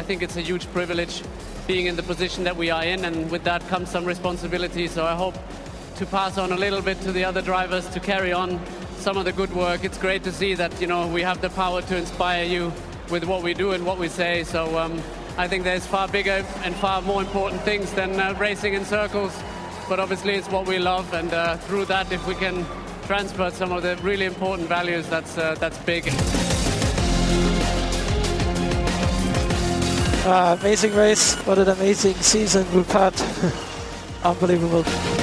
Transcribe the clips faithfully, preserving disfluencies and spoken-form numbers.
think it's a huge privilege being in the position that we are in, and with that comes some responsibility. So I hope to pass on a little bit to the other drivers to carry on some of the good work. It's great to see that, you know, we have the power to inspire you with what we do and what we say. So um, I think there's far bigger and far more important things than uh, racing in circles. But obviously it's what we love, and uh, through that, if we can transfer some of the really important values, that's uh, that's big. Uh, amazing race, what an amazing season we've had. Unbelievable.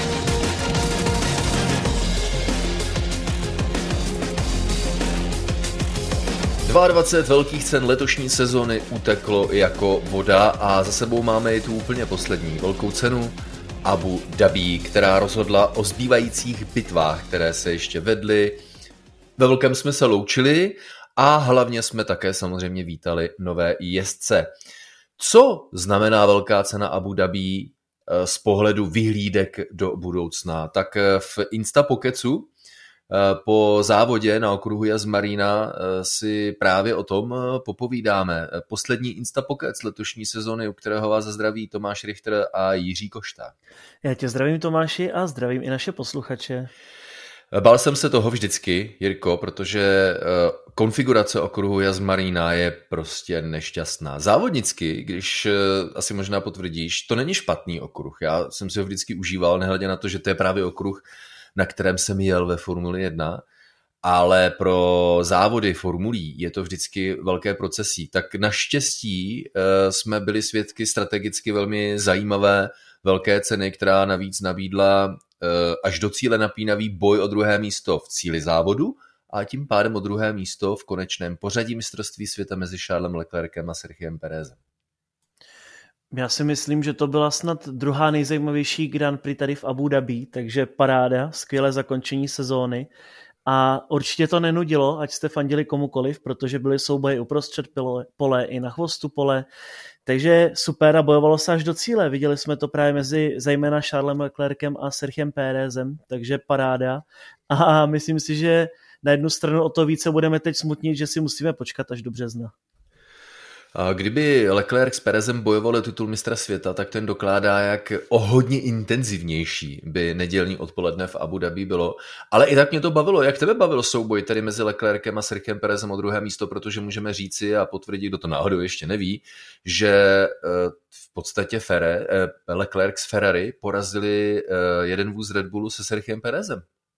dvacet dva velkých cen letošní sezony uteklo jako voda a za sebou máme i tu úplně poslední velkou cenu Abu Dhabi, která rozhodla o zbývajících bitvách, které se ještě vedly. Ve velkém jsme se loučili a hlavně jsme také samozřejmě vítali nové jezdce. Co znamená velká cena Abu Dhabi z pohledu vyhlídek do budoucna? Tak v Instapokecu po závodě na okruhu Yas Marina si právě o tom popovídáme. Poslední Instapokec letošní sezony, u kterého vás zdraví Tomáš Richter a Jiří Košta. Já tě zdravím, Tomáši, a zdravím i naše posluchače. Bál jsem se toho vždycky, Jirko, protože konfigurace okruhu Yas Marina je prostě nešťastná. Závodnicky, když asi možná potvrdíš, to není špatný okruh. Já jsem si ho vždycky užíval, nehledě na to, že to je právě okruh, na kterém jsem jel ve Formuli jedna, ale pro závody formulí je to vždycky velké procesí. Tak naštěstí jsme byli svědky strategicky velmi zajímavé velké ceny, která navíc nabídla až do cíle napínavý boj o druhé místo v cíli závodu a tím pádem o druhé místo v konečném pořadí mistrovství světa mezi Charlesem Leclercem a Sergiem Pérezem. Já si myslím, že to byla snad druhá nejzajímavější Grand Prix tady v Abu Dhabi, takže paráda, skvělé zakončení sezóny. A určitě to nenudilo, ať jste fandili komukoliv, protože byly souboje uprostřed pole i na chvostu pole. Takže super, a bojovalo se až do cíle. Viděli jsme to právě mezi zejména Charlesem Leclercem a Sergiem Pérezem, takže paráda. A myslím si, že na jednu stranu o to více budeme teď smutnit, že si musíme počkat až do března. Kdyby Leclerc s Pérezem bojovali titul mistra světa, tak ten dokládá, jak o hodně intenzivnější by nedělní odpoledne v Abu Dhabi bylo. Ale i tak mě to bavilo. Jak tebe bavilo souboj tady mezi Leclercem a Sergiem Pérezem o druhé místo, protože můžeme říci a potvrdit, kdo to náhodou ještě neví, že v podstatě Ferre, Leclerc s Ferrari porazili jeden vůz Red Bullu se Sergiem Pérezem.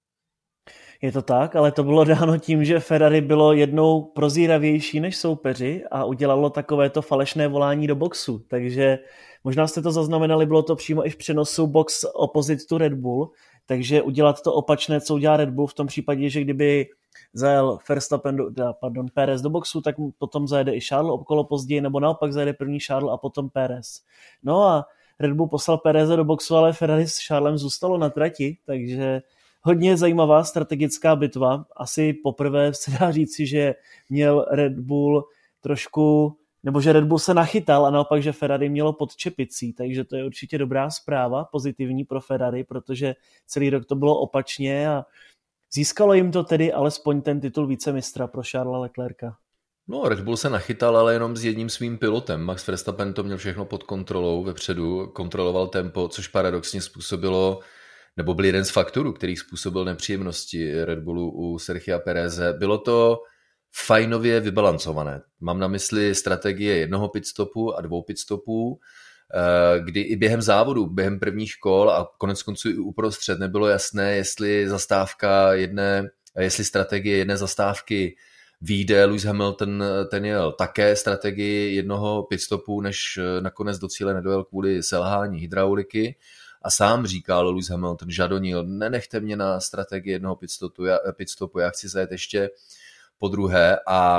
Je to tak, ale to bylo dáno tím, že Ferrari bylo jednou prozíravější než soupeři a udělalo takovéto falešné volání do boxu. Takže možná jste to zaznamenali, bylo to přímo i v přenosu box opposite to Red Bull, takže udělat to opačné, co udělá Red Bull v tom případě, že kdyby zajel Verstappen, pardon, Pérez do boxu, tak potom zajede i Charles okolo později, nebo naopak zajede první Charles a potom Pérez. No a Red Bull poslal Péreze do boxu, ale Ferrari s Charlesem zůstalo na trati, takže hodně zajímavá strategická bitva. Asi poprvé se dá říci, že měl Red Bull trošku, nebo že Red Bull se nachytal a naopak, že Ferrari mělo pod čepicí, takže to je určitě dobrá zpráva, pozitivní pro Ferrari, protože celý rok to bylo opačně a získalo jim to tedy alespoň ten titul vícemistra pro Charlesa Leclerca. No, Red Bull se nachytal, ale jenom s jedním svým pilotem. Max Verstappen to měl všechno pod kontrolou vepředu, kontroloval tempo, což paradoxně způsobilo, nebo byl jeden z faktorů, který způsobil nepříjemnosti Red Bullu u Sergia Péreze. Bylo to fajnově vybalancované. Mám na mysli strategie jednoho pitstopu a dvou pitstopů, kdy i během závodu, během prvních kol a konec konců i uprostřed nebylo jasné, jestli zastávka jedné, jestli strategie jedné zastávky vyjde. Lewis Hamilton ten jel také strategii jednoho pitstopu, než nakonec do cíle nedojel kvůli selhání hydrauliky. A sám říkal Lewis Hamilton, žadonil, nenechte mě na strategii jednoho pitstopu, já, pitstopu, já chci zajet ještě po druhé. A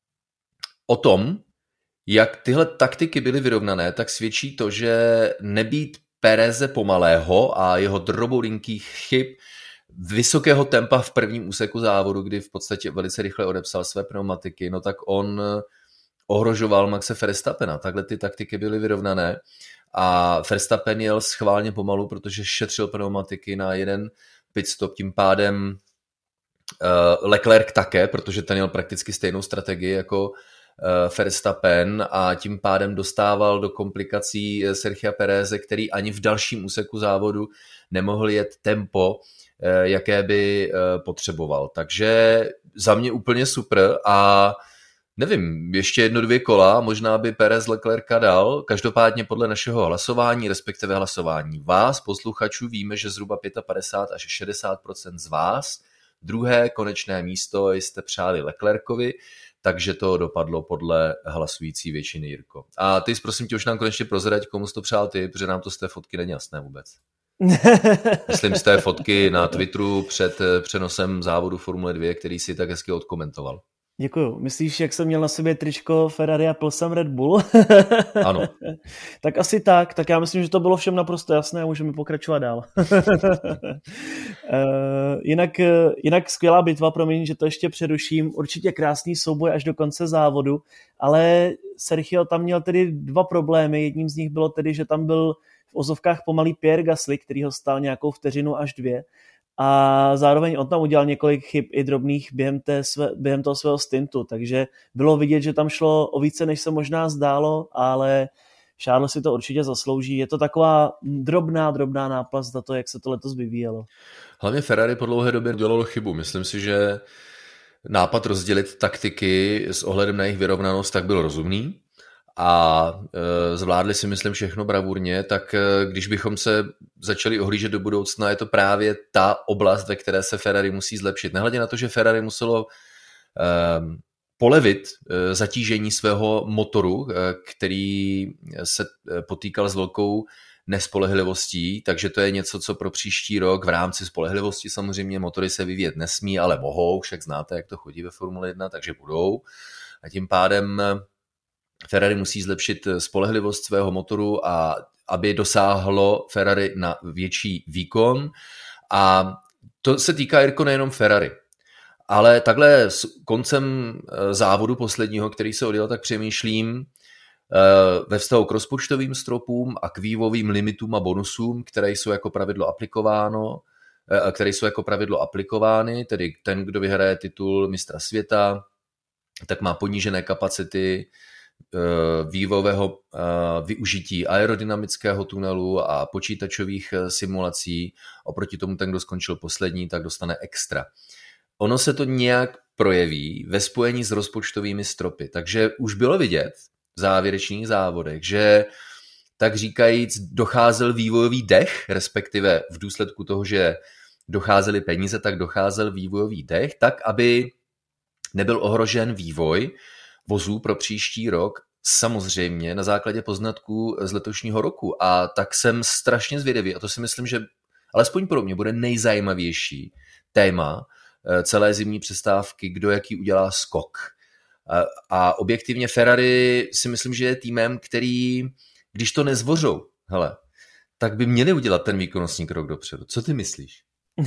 o tom, jak tyhle taktiky byly vyrovnané, tak svědčí to, že nebýt Péreze pomalého a jeho drobolinkých chyb, vysokého tempa v prvním úseku závodu, kdy v podstatě velice rychle odepsal své pneumatiky, no tak on ohrožoval Maxe Verstappena. Takhle ty taktiky byly vyrovnané. A Verstappen jel schválně pomalu, protože šetřil pneumatiky na jeden pitstop, tím pádem uh, Leclerc také, protože ten jel prakticky stejnou strategii jako Verstappen a tím pádem dostával do komplikací Sergia Péreze, který ani v dalším úseku závodu nemohl jet tempo, jaké by potřeboval. Takže za mě úplně super a nevím, ještě jedno, dvě kola, možná by Pérez Leclerca dal, každopádně podle našeho hlasování, respektive hlasování vás, posluchačů, víme, že zhruba padesát pět až šedesát procent z vás druhé konečné místo jste přáli Leclercovi, takže to dopadlo podle hlasující většiny, Jirko. A ty, prosím tě, už nám konečně prozrať, komu jsi to přál ty, protože nám to z té fotky není jasné vůbec. Myslím z té fotky na Twitteru před přenosem závodu Formule dva, který si tak hezky odkomentoval. Děkuju. Myslíš, jak jsem měl na sobě tričko Ferrari a pil jsem Red Bull? Ano. Tak asi tak. Tak já myslím, že to bylo všem naprosto jasné a můžeme pokračovat dál. jinak, jinak skvělá bitva, promiň, že to ještě přeruším. Určitě krásný souboj až do konce závodu, ale Sergio tam měl tedy dva problémy. Jedním z nich bylo tedy, že tam byl v ozovkách pomalý Pierre Gasly, který ho stál nějakou vteřinu až dvě. A zároveň on tam udělal několik chyb i drobných během, té své, během toho svého stintu, takže bylo vidět, že tam šlo o více, než se možná zdálo, ale Charles si to určitě zaslouží. Je to taková drobná, drobná náplast za to, jak se to letos vyvíjelo. Hlavně Ferrari po dlouhé době dělalo chybu. Myslím si, že nápad rozdělit taktiky s ohledem na jejich vyrovnanost tak byl rozumný a e, zvládli si, myslím, všechno bravurně, tak e, když bychom se začali ohlížet do budoucna, je to právě ta oblast, ve které se Ferrari musí zlepšit. Nehledě na to, že Ferrari muselo e, polevit e, zatížení svého motoru, e, který se potýkal s velkou nespolehlivostí, takže to je něco, co pro příští rok v rámci spolehlivosti samozřejmě motory se vyvíjet nesmí, ale mohou, však znáte, jak to chodí ve Formule jedna, takže budou. A tím pádem Ferrari musí zlepšit spolehlivost svého motoru, a aby dosáhlo Ferrari na větší výkon. A to se týká, Jirko, nejenom Ferrari. Ale takhle s koncem závodu posledního, který se odjel, tak přemýšlím ve vztahu k rozpočtovým stropům a k vývojovým limitům a bonusům, které jsou jako pravidlo aplikováno, které jsou jako pravidlo aplikovány, tedy ten, kdo vyhraje titul mistra světa, tak má ponížené kapacity vývojového využití aerodynamického tunelu a počítačových simulací. Oproti tomu ten, kdo skončil poslední, tak dostane extra. Ono se to nějak projeví ve spojení s rozpočtovými stropy, takže už bylo vidět v závěrečných závodech, že tak říkajíc docházel vývojový dech, respektive v důsledku toho, že docházely peníze, tak docházel vývojový dech, tak aby nebyl ohrožen vývoj vozů pro příští rok, samozřejmě na základě poznatků z letošního roku. A tak jsem strašně zvědavý, a to si myslím, že alespoň pro mě bude nejzajímavější téma celé zimní přestávky, kdo jaký udělá skok. A objektivně Ferrari si myslím, že je týmem, který, když to nezvořou, hele, tak by měli udělat ten výkonnostní krok dopředu. Co ty myslíš?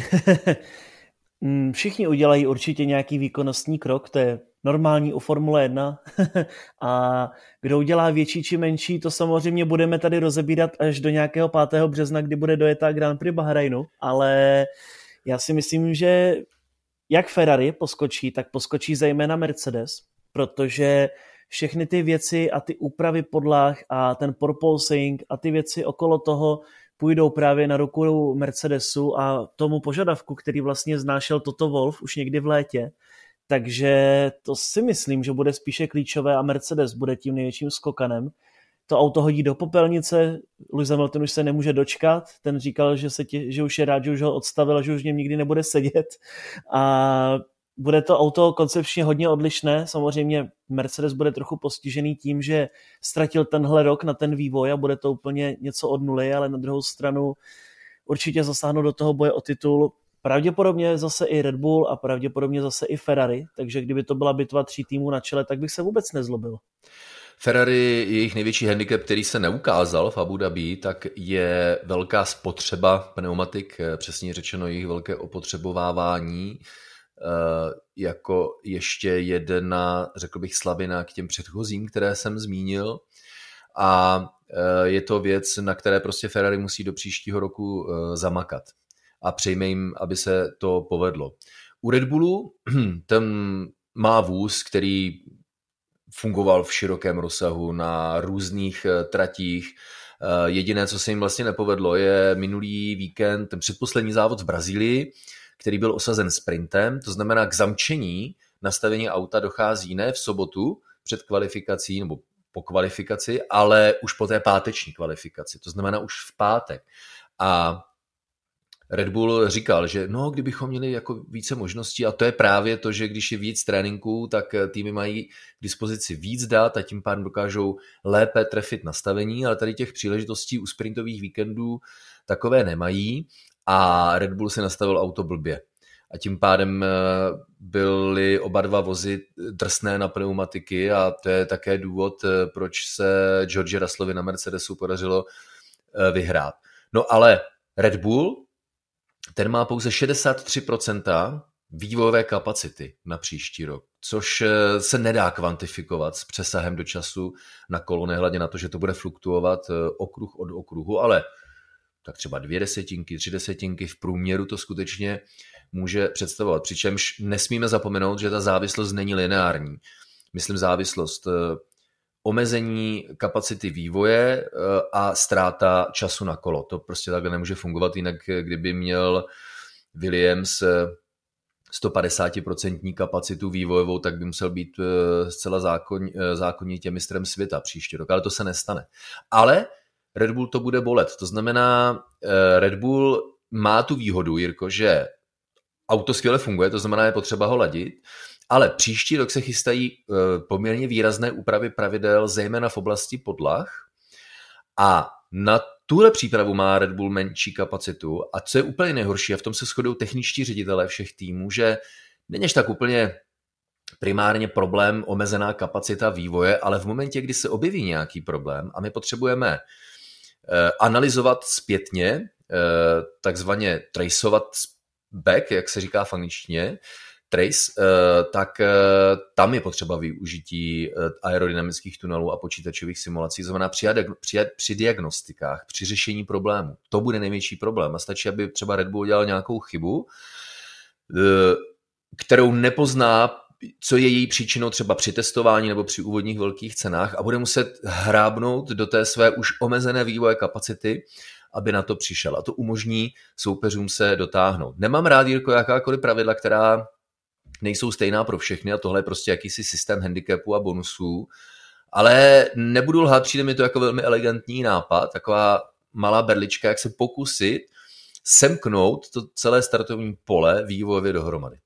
Všichni udělají určitě nějaký výkonnostní krok, to je normální u Formule jedna. A kdo udělá větší či menší, to samozřejmě budeme tady rozebírat až do nějakého pátého března, kdy bude dojetá Grand Prix Bahrajnu, ale já si myslím, že jak Ferrari poskočí, tak poskočí zejména Mercedes, protože všechny ty věci a ty úpravy podlah a ten porpoising a ty věci okolo toho půjdou právě na ruku Mercedesu a tomu požadavku, který vlastně znášel Toto Wolff už někdy v létě. Takže to si myslím, že bude spíše klíčové a Mercedes bude tím největším skokanem. To auto hodí do popelnice, Lewis Hamilton už se nemůže dočkat, ten říkal, že, se tě, že už je rád, že už ho odstavil a že už v něm nikdy nebude sedět. A bude to auto koncepčně hodně odlišné, samozřejmě Mercedes bude trochu postižený tím, že ztratil tenhle rok na ten vývoj a bude to úplně něco od nuly, ale na druhou stranu určitě zasáhnou do toho boje o titul pravděpodobně zase i Red Bull a pravděpodobně zase i Ferrari, takže kdyby to byla bitva tří týmů na čele, tak bych se vůbec nezlobil. Ferrari, jejich největší handicap, který se neukázal v Abu Dhabi, tak je velká spotřeba pneumatik, přesně řečeno jejich velké opotřebovávání, jako ještě jedna, řekl bych, slabina k těm předchozím, které jsem zmínil. A je to věc, na které prostě Ferrari musí do příštího roku zamakat. A přejme jim, aby se to povedlo. U Red Bullu ten má vůz, který fungoval v širokém rozsahu na různých tratích. Jediné, co se jim vlastně nepovedlo, je minulý víkend, ten předposlední závod v Brazílii, který byl osazen sprintem, to znamená k zamčení nastavení auta dochází ne v sobotu před kvalifikací nebo po kvalifikaci, ale už po té páteční kvalifikaci, to znamená už v pátek. A Red Bull říkal, že no, kdybychom měli jako více možností, a to je právě to, že když je víc tréninků, tak týmy mají k dispozici víc dat a tím pádem dokážou lépe trefit nastavení, ale tady těch příležitostí u sprintových víkendů takové nemají a Red Bull si nastavil auto blbě. A tím pádem byly oba dva vozy drsné na pneumatiky a to je také důvod, proč se George Russellovi na Mercedesu podařilo vyhrát. No ale Red Bull, ten má pouze šedesát tři procent vývojové kapacity na příští rok, což se nedá kvantifikovat s přesahem do času na kolo, nehledě na to, že to bude fluktuovat okruh od okruhu, ale tak třeba dvě desetinky, tři desetinky v průměru to skutečně může představovat. Přičemž nesmíme zapomenout, že ta závislost není lineární. Myslím závislost omezení kapacity vývoje a ztráta času na kolo. To prostě takhle nemůže fungovat, jinak kdyby měl Williams sto padesát procent kapacitu vývojovou, tak by musel být zcela zákon, zákonitě mistrem světa příští rok, ale to se nestane. Ale Red Bull to bude bolet. To znamená, Red Bull má tu výhodu, Jirko, že auto skvěle funguje, to znamená, je potřeba ho ladit, ale příští rok se chystají poměrně výrazné úpravy pravidel, zejména v oblasti podlah a na tuhle přípravu má Red Bull menší kapacitu a co je úplně nejhorší, a v tom se shodují techničtí ředitelé všech týmů, že není tak úplně primárně problém omezená kapacita vývoje, ale v momentě, kdy se objeví nějaký problém a my potřebujeme analyzovat zpětně, takzvaně traceovat back, jak se říká v angličtině, trace, tak tam je potřeba využití aerodynamických tunelů a počítačových simulací, znamená při, při, při diagnostikách, při řešení problémů. To bude největší problém a stačí, aby třeba Red Bull dělal nějakou chybu, kterou nepozná, co je její příčinou třeba při testování nebo při úvodních velkých cenách a bude muset hrábnout do té své už omezené vývoje kapacity, aby na to přišel. A to umožní soupeřům se dotáhnout. Nemám rád, Jirko, jakákoliv pravidla, která nejsou stejná pro všechny a tohle je prostě jakýsi systém handicapů a bonusů, ale nebudu lhát, přijde mi to jako velmi elegantní nápad, taková malá berlička, jak se pokusit semknout to celé startovní pole vývojově dohromady.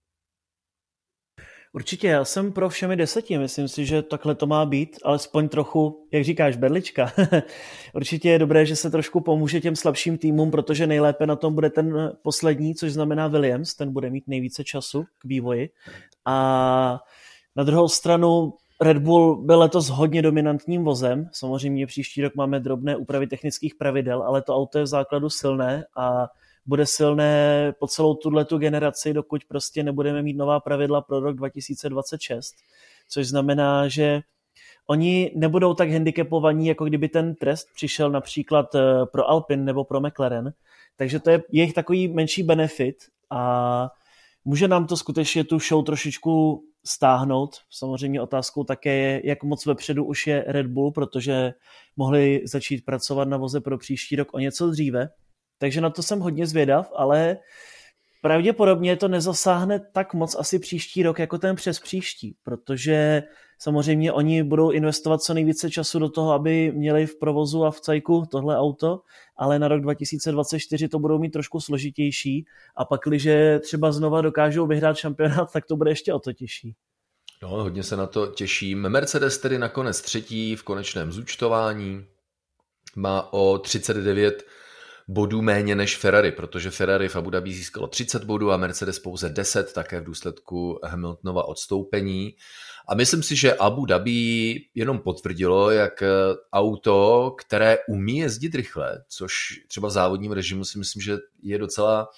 Určitě, já jsem pro všemi deseti, myslím si, že takhle to má být, alespoň trochu, jak říkáš, berlička. Určitě je dobré, že se trošku pomůže těm slabším týmům, protože nejlépe na tom bude ten poslední, což znamená Williams, ten bude mít nejvíce času k vývoji. A na druhou stranu Red Bull byl letos hodně dominantním vozem, samozřejmě příští rok máme drobné úpravy technických pravidel, ale to auto je v základu silné a bude silné po celou tuhletu generaci, dokud prostě nebudeme mít nová pravidla pro rok dva tisíce dvacet šest, což znamená, že oni nebudou tak handicapovaní, jako kdyby ten trest přišel například pro Alpine nebo pro McLaren, takže to je jejich takový menší benefit a může nám to skutečně tu show trošičku stáhnout. Samozřejmě otázkou také je, jak moc vepředu už je Red Bull, protože mohli začít pracovat na voze pro příští rok o něco dříve. Takže na to jsem hodně zvědav, ale pravděpodobně to nezasáhne tak moc asi příští rok jako ten přes příští, protože samozřejmě oni budou investovat co nejvíce času do toho, aby měli v provozu a v cajku tohle auto, ale na rok dva tisíce dvacet čtyři to budou mít trošku složitější a pak, když třeba znova dokážou vyhrát šampionát, tak to bude ještě o to těžší. No, hodně se na to těším. Mercedes tedy nakonec třetí v konečném zúčtování, má o třicet devět bodů méně než Ferrari, protože Ferrari v Abu Dhabi získalo třicet bodů a Mercedes pouze deset, také v důsledku Hamiltonova odstoupení. A myslím si, že Abu Dhabi jenom potvrdilo, jak auto, které umí jezdit rychle, což třeba v závodním režimu si myslím, že je docela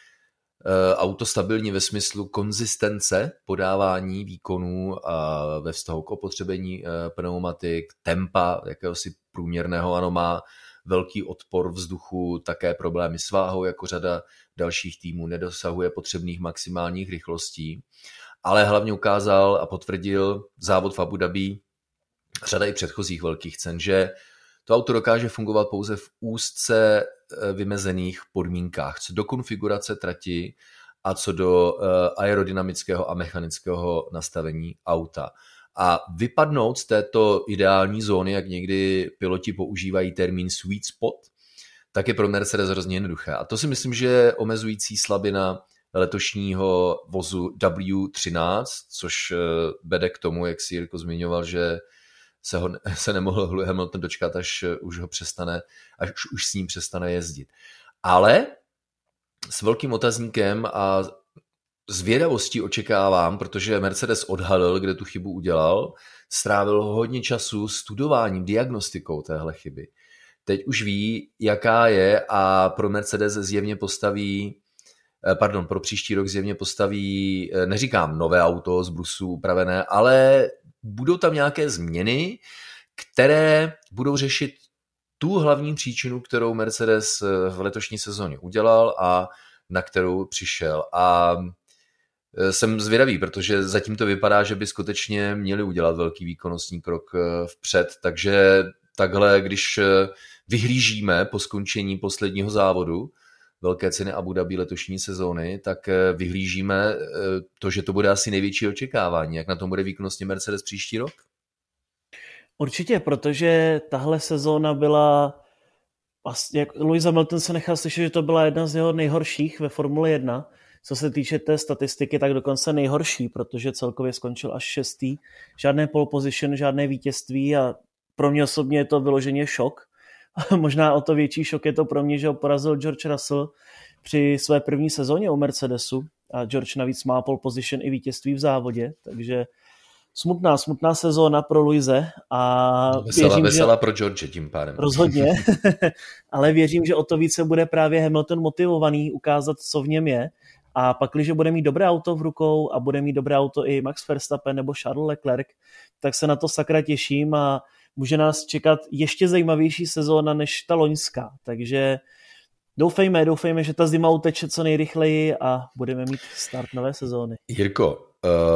auto stabilní ve smyslu konzistence podávání výkonů a ve vztahu k opotřebení pneumatik, tempa jakéhosi průměrného, ano, má velký odpor vzduchu, také problémy s váhou, jako řada dalších týmů, nedosahuje potřebných maximálních rychlostí. ale hlavně ukázal a potvrdil závod v Abu Dhabi, řada i předchozích velkých cen, že to auto dokáže fungovat pouze v úzce vymezených podmínkách, co do konfigurace trati a co do aerodynamického a mechanického nastavení auta. A vypadnout z této ideální zóny, jak někdy piloti používají termín sweet spot, tak je pro Mercedes hrozně jednoduché. A to si myslím, že je omezující slabina letošního vozu W třináct, což vede k tomu, jak si Jirko zmiňoval, že se, ho, se nemohl Hamilton dočkat, až už ho přestane, až už s ním přestane jezdit. Ale s velkým otazníkem a zvědavostí očekávám, protože Mercedes odhalil, kde tu chybu udělal, strávil hodně času studováním, diagnostikou téhle chyby. Teď už ví, jaká je a pro Mercedes zjevně postaví, pardon, pro příští rok zjevně postaví, neříkám nové auto z brusů upravené, ale budou tam nějaké změny, které budou řešit tu hlavní příčinu, kterou Mercedes v letošní sezóně udělal a na kterou přišel. A jsem zvědavý, protože zatím to vypadá, že by skutečně měli udělat velký výkonnostní krok vpřed, takže takhle, když vyhlížíme po skončení posledního závodu velké ceny Abu Dhabi letošní sezóny, tak vyhlížíme to, že to bude asi největší očekávání. Jak na tom bude výkonnostně Mercedes příští rok? Určitě, protože tahle sezóna byla, jak Lewis Hamilton se nechal slyšet, že to byla jedna z jeho nejhorších ve Formule jedna. Co se týče té statistiky, tak dokonce nejhorší, protože celkově skončil až šestý. Žádné pole position, žádné vítězství a pro mě osobně je to vyloženě šok. Možná o to větší šok je to pro mě, že ho porazil George Russell při své první sezóně u Mercedesu a George navíc má pole position i vítězství v závodě, takže smutná, smutná sezóna pro Luise a veselá, věřím, veselá že... pro George tím pádem. Rozhodně, ale věřím, že o to více bude právě Hamilton motivovaný ukázat, co v něm je. A pak, když bude mít dobré auto v rukou a bude mít dobré auto i Max Verstappen nebo Charles Leclerc, tak se na to sakra těším a může nás čekat ještě zajímavější sezóna než ta loňská. Takže doufejme, doufejme, že ta zima uteče co nejrychleji a budeme mít start nové sezóny. Jirko, uh,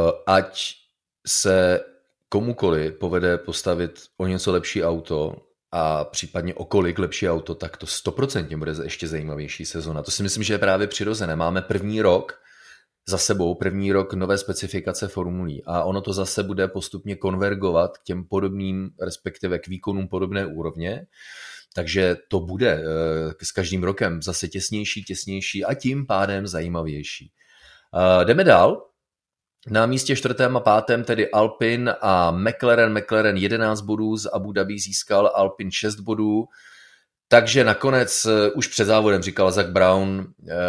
ať se komukoliv povede postavit o něco lepší auto a případně o kolik lepší auto, tak to stoprocentně bude ještě zajímavější sezona. To si myslím, že je právě přirozené. Máme první rok za sebou, první rok nové specifikace formulí a ono to zase bude postupně konvergovat k těm podobným, respektive k výkonům podobné úrovně. Takže to bude s každým rokem zase těsnější, těsnější a tím pádem zajímavější. Jdeme dál. Na místě čtvrtém a pátém tedy Alpine a McLaren. McLaren jedenáct bodů, z Abu Dhabi získal Alpine šest bodů. Takže nakonec už před závodem říkal Zak Brown,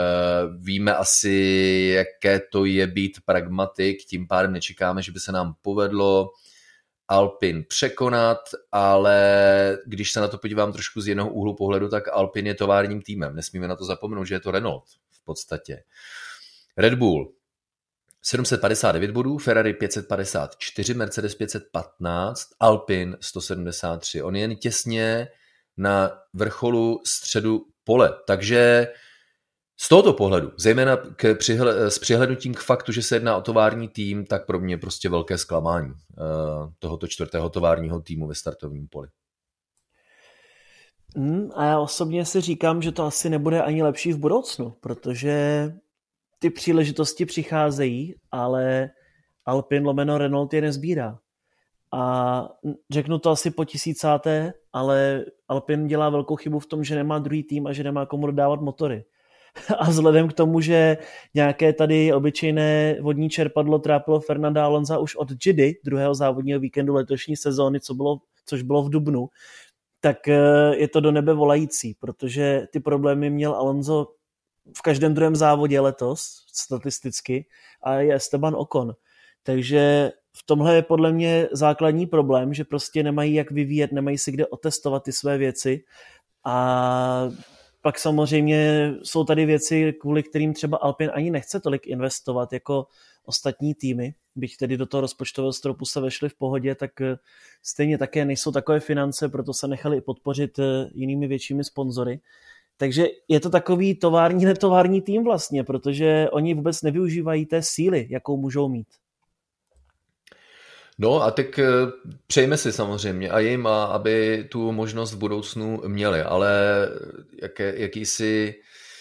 víme asi, jaké to je být pragmatik, tím pádem nečekáme, že by se nám povedlo Alpine překonat, ale když se na to podívám trošku z jednoho úhlu pohledu, tak Alpine je továrním týmem. Nesmíme na to zapomenout, že je to Renault v podstatě. Red Bull sedm set padesát devět bodů, Ferrari pět set padesát čtyři, Mercedes pět set patnáct, Alpine sto sedmdesát tři. On je jen těsně na vrcholu středu pole. Takže z tohoto pohledu, zejména k přihle, s přihlednutím k faktu, že se jedná o tovární tým, tak pro mě prostě velké zklamání uh, tohoto čtvrtého továrního týmu ve startovním poli. Hmm, a já osobně si říkám, že to asi nebude ani lepší v budoucnu, protože ty příležitosti přicházejí, ale Alpine lomeno Renault je nezbírá. A řeknu to asi po tisícáté, ale Alpine dělá velkou chybu v tom, že nemá druhý tým a že nemá komu dodávat motory. A vzhledem k tomu, že nějaké tady obyčejné vodní čerpadlo trápilo Fernanda Alonsa už od Jeddy, druhého závodního víkendu letošní sezóny, co bylo, což bylo v dubnu, tak je to do nebe volající, protože ty problémy měl Alonso v každém druhém závodě letos, statisticky, a je Esteban Ocon. Takže v tomhle je podle mě základní problém, že prostě nemají jak vyvíjet, nemají si kde otestovat ty své věci a pak samozřejmě jsou tady věci, kvůli kterým třeba Alpine ani nechce tolik investovat jako ostatní týmy, byť tedy do toho rozpočtového stropu se vešli v pohodě, tak stejně také nejsou takové finance, proto se nechali podpořit jinými většími sponzory. Takže je to takový tovární, netovární tým vlastně, protože oni vůbec nevyužívají té síly, jakou můžou mít. No a tak přejme si samozřejmě a jim, aby tu možnost v budoucnu měli, ale jaké, jakýsi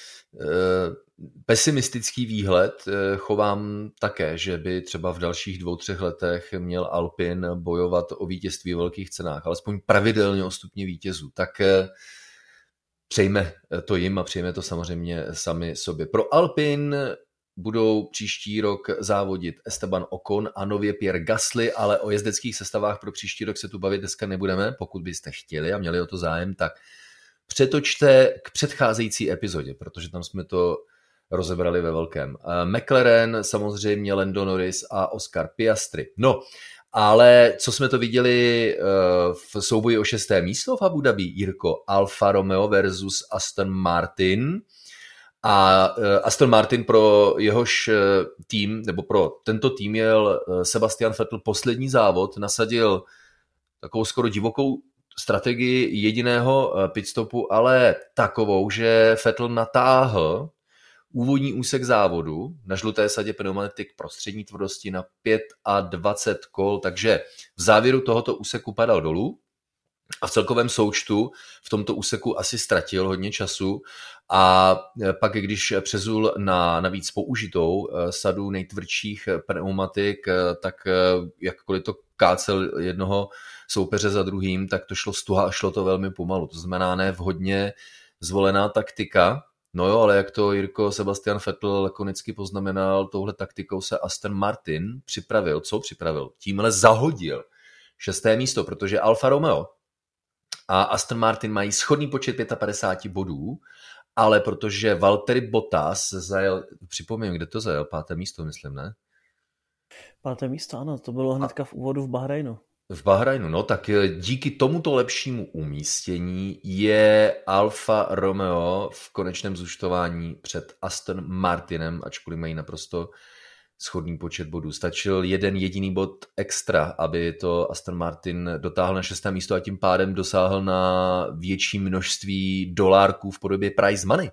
pesimistický výhled chovám také, že by třeba v dalších dvou, třech letech měl Alpin bojovat o vítězství v velkých cenách, alespoň pravidelně o stupně vítězů. Tak přejme to jim a přejme to samozřejmě sami sobě. Pro Alpin budou příští rok závodit Esteban Ocon a nově Pierre Gasly, ale o jezdeckých sestavách pro příští rok se tu bavit dneska nebudeme. Pokud byste chtěli a měli o to zájem, tak přetočte k předcházející epizodě, protože tam jsme to rozebrali ve velkém. McLaren, samozřejmě Lando Norris a Oscar Piastri. No, ale co jsme to viděli v souboji o šesté místo v Abu Dhabi, Jirko? Alfa Romeo versus Aston Martin. A Aston Martin, pro jehož tým, nebo pro tento tým jel Sebastian Vettel poslední závod, nasadil takovou skoro divokou strategii jediného pitstopu, ale takovou, že Vettel natáhl úvodní úsek závodu na žluté sadě pneumatik prostřední tvrdosti na dvacet pět kol, takže v závěru tohoto úseku padal dolů a v celkovém součtu v tomto úseku asi ztratil hodně času a pak, když přezul na navíc použitou sadu nejtvrdších pneumatik, tak jakkoliv to kácel jednoho soupeře za druhým, tak to šlo stuha a šlo to velmi pomalu. To znamená ne vhodně zvolená taktika. No jo, ale jak to Jirko Sebastian Vettel lakonicky poznamenal, touhle taktikou se Aston Martin připravil. Co připravil? Tímhle zahodil šesté místo, protože Alfa Romeo a Aston Martin mají shodný počet padesát pět bodů, ale protože Valtteri Bottas zajel, připomínám, kde to zajel, páté místo, myslím, ne? Páté místo, ano, to bylo hnedka v úvodu v Bahrajnu. V Bahrajnu, no tak díky tomuto lepšímu umístění je Alfa Romeo v konečném zúčtování před Aston Martinem, ačkoliv mají naprosto shodný počet bodů. Stačil jeden jediný bod extra, aby to Aston Martin dotáhl na šesté místo a tím pádem dosáhl na větší množství dolárků v podobě prize money.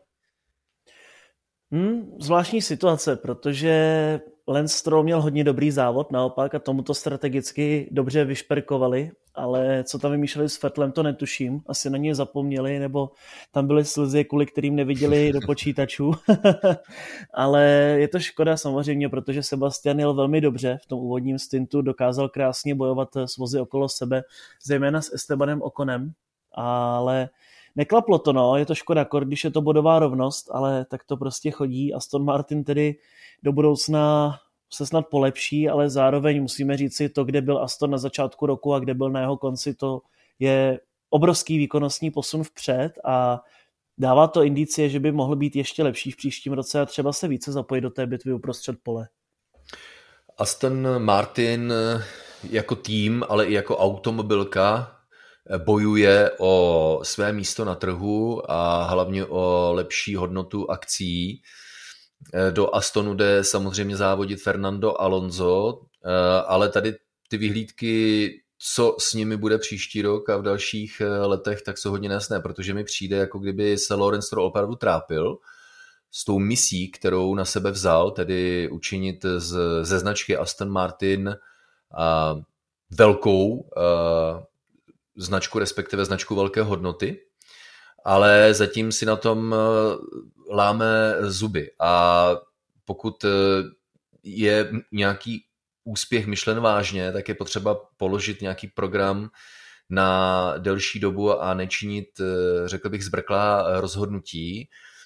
Hmm, zvláštní situace, protože Lance Stroll měl hodně dobrý závod naopak a tomuto strategicky dobře vyšperkovali, ale co tam vymýšleli s Vettelem, to netuším. Asi na ně zapomněli, nebo tam byly slzy, kvůli kterým neviděli do počítačů. Ale je to škoda samozřejmě, protože Sebastian jel velmi dobře v tom úvodním stintu, dokázal krásně bojovat s vozy okolo sebe, zejména s Estebanem Oconem, ale neklaplo to, no, je to škoda, když je to bodová rovnost, ale tak to prostě chodí. Aston Martin tedy do budoucna se snad polepší, ale zároveň musíme říct si to, kde byl Aston na začátku roku a kde byl na jeho konci, to je obrovský výkonnostní posun vpřed a dává to indicie, že by mohl být ještě lepší v příštím roce a třeba se více zapojit do té bitvy uprostřed pole. Aston Martin jako tým, ale i jako automobilka bojuje o své místo na trhu a hlavně o lepší hodnotu akcií. Do Astonu jde samozřejmě závodit Fernando Alonso, ale tady ty vyhlídky, co s nimi bude příští rok a v dalších letech, tak jsou hodně nejasné, protože mi přijde, jako kdyby se Lawrence Stroll opravdu trápil s tou misí, kterou na sebe vzal, tedy učinit z, ze značky Aston Martin a velkou a, značku, respektive značku velké hodnoty, ale zatím si na tom láme zuby a pokud je nějaký úspěch myšlen vážně, tak je potřeba položit nějaký program na delší dobu a nečinit, řekl bych, zbrklá rozhodnutí,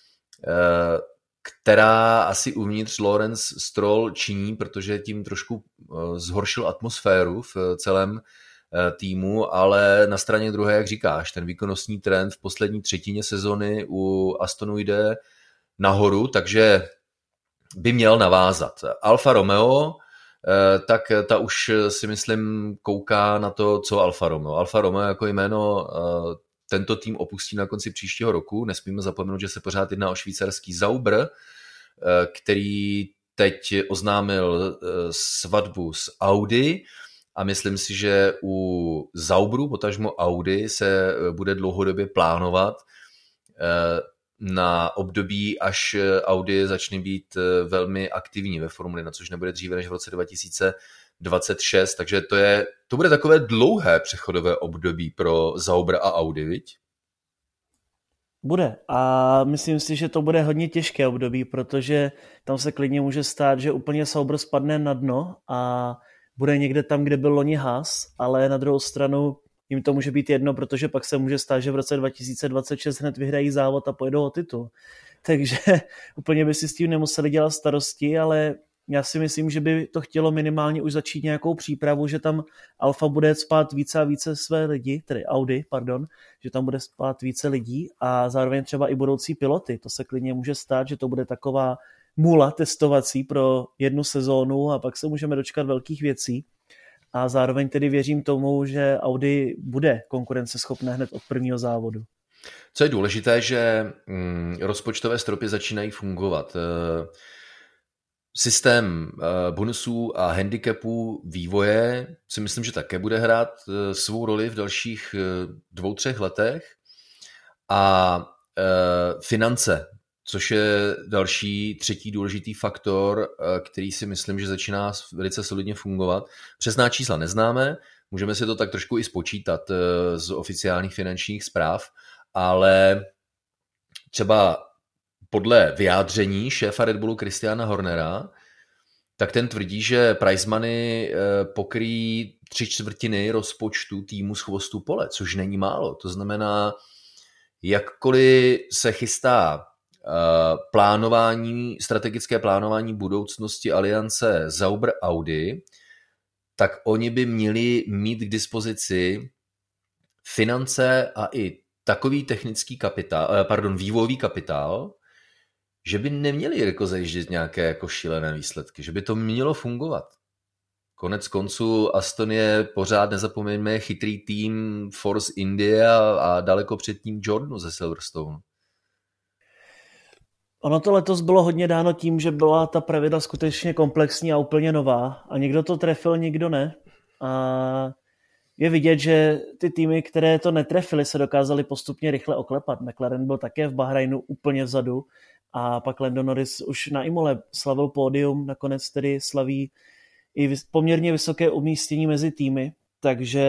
která asi uvnitř Lawrence Stroll činí, protože tím trošku zhoršil atmosféru v celém týmu, ale na straně druhé, jak říkáš, ten výkonnostní trend v poslední třetině sezony u Astonu jde nahoru, takže by měl navázat. Alfa Romeo, tak ta už si myslím kouká na to, co Alfa Romeo. Alfa Romeo jako jméno tento tým opustí na konci příštího roku. Nesmíme zapomenout, že se pořád jedná o švýcarský Sauber, který teď oznámil svatbu s Audi a myslím si, že u Sauberu, potažmo Audi, se bude dlouhodobě plánovat na období, až Audi začne být velmi aktivní ve Formuli, na což nebude dříve než v roce dva tisíce dvacet šest, takže to, je, to bude takové dlouhé přechodové období pro Sauber a Audi, viď? Bude a myslím si, že to bude hodně těžké období, protože tam se klidně může stát, že úplně Sauber spadne na dno a bude někde tam, kde byl loni Haas, ale na druhou stranu jim to může být jedno, protože pak se může stát, že v roce dva tisíce dvacet šest hned vyhrají závod a pojedou o titul. Takže úplně by si s tím nemuseli dělat starosti, ale já si myslím, že by to chtělo minimálně už začít nějakou přípravu, že tam Alfa bude spát více a více své lidi, tedy Audi, pardon, že tam bude spát více lidí a zároveň třeba i budoucí piloty. To se klidně může stát, že to bude taková mula testovací pro jednu sezónu a pak se můžeme dočkat velkých věcí. A zároveň tedy věřím tomu, že Audi bude konkurenceschopné hned od prvního závodu. Co je důležité, že mm, rozpočtové stropy začínají fungovat. Systém bonusů a handicapů vývoje si myslím, že také bude hrát svou roli v dalších dvou, třech letech. A finance, což je další třetí důležitý faktor, který si myslím, že začíná velice solidně fungovat. Přesná čísla neznáme, můžeme si to tak trošku i spočítat z oficiálních finančních zpráv, ale třeba podle vyjádření šéfa Red Bullu Christiana Hornera, tak ten tvrdí, že prize money pokryjí tři čtvrtiny rozpočtu týmu z chvostu pole, což není málo. To znamená, jakkoliv se chystá plánování, strategické plánování budoucnosti aliance Sauber Audi, tak oni by měli mít k dispozici finance a i takový technický kapitál, pardon, vývojový kapitál, že by neměli jako zajíždět nějaké jako šílené výsledky, že by to mělo fungovat. Konec konců Aston je pořád, nezapomeňme, chytrý tým Force India a daleko před tím Jordanu ze Silverstone. Ono to letos bylo hodně dáno tím, že byla ta pravidla skutečně komplexní a úplně nová a někdo to trefil, někdo ne. A je vidět, že ty týmy, které to netrefily, se dokázaly postupně rychle oklepat. McLaren byl také v Bahrajnu úplně vzadu a pak Lando Norris už na Imole slavil pódium, nakonec tedy slaví i poměrně vysoké umístění mezi týmy, takže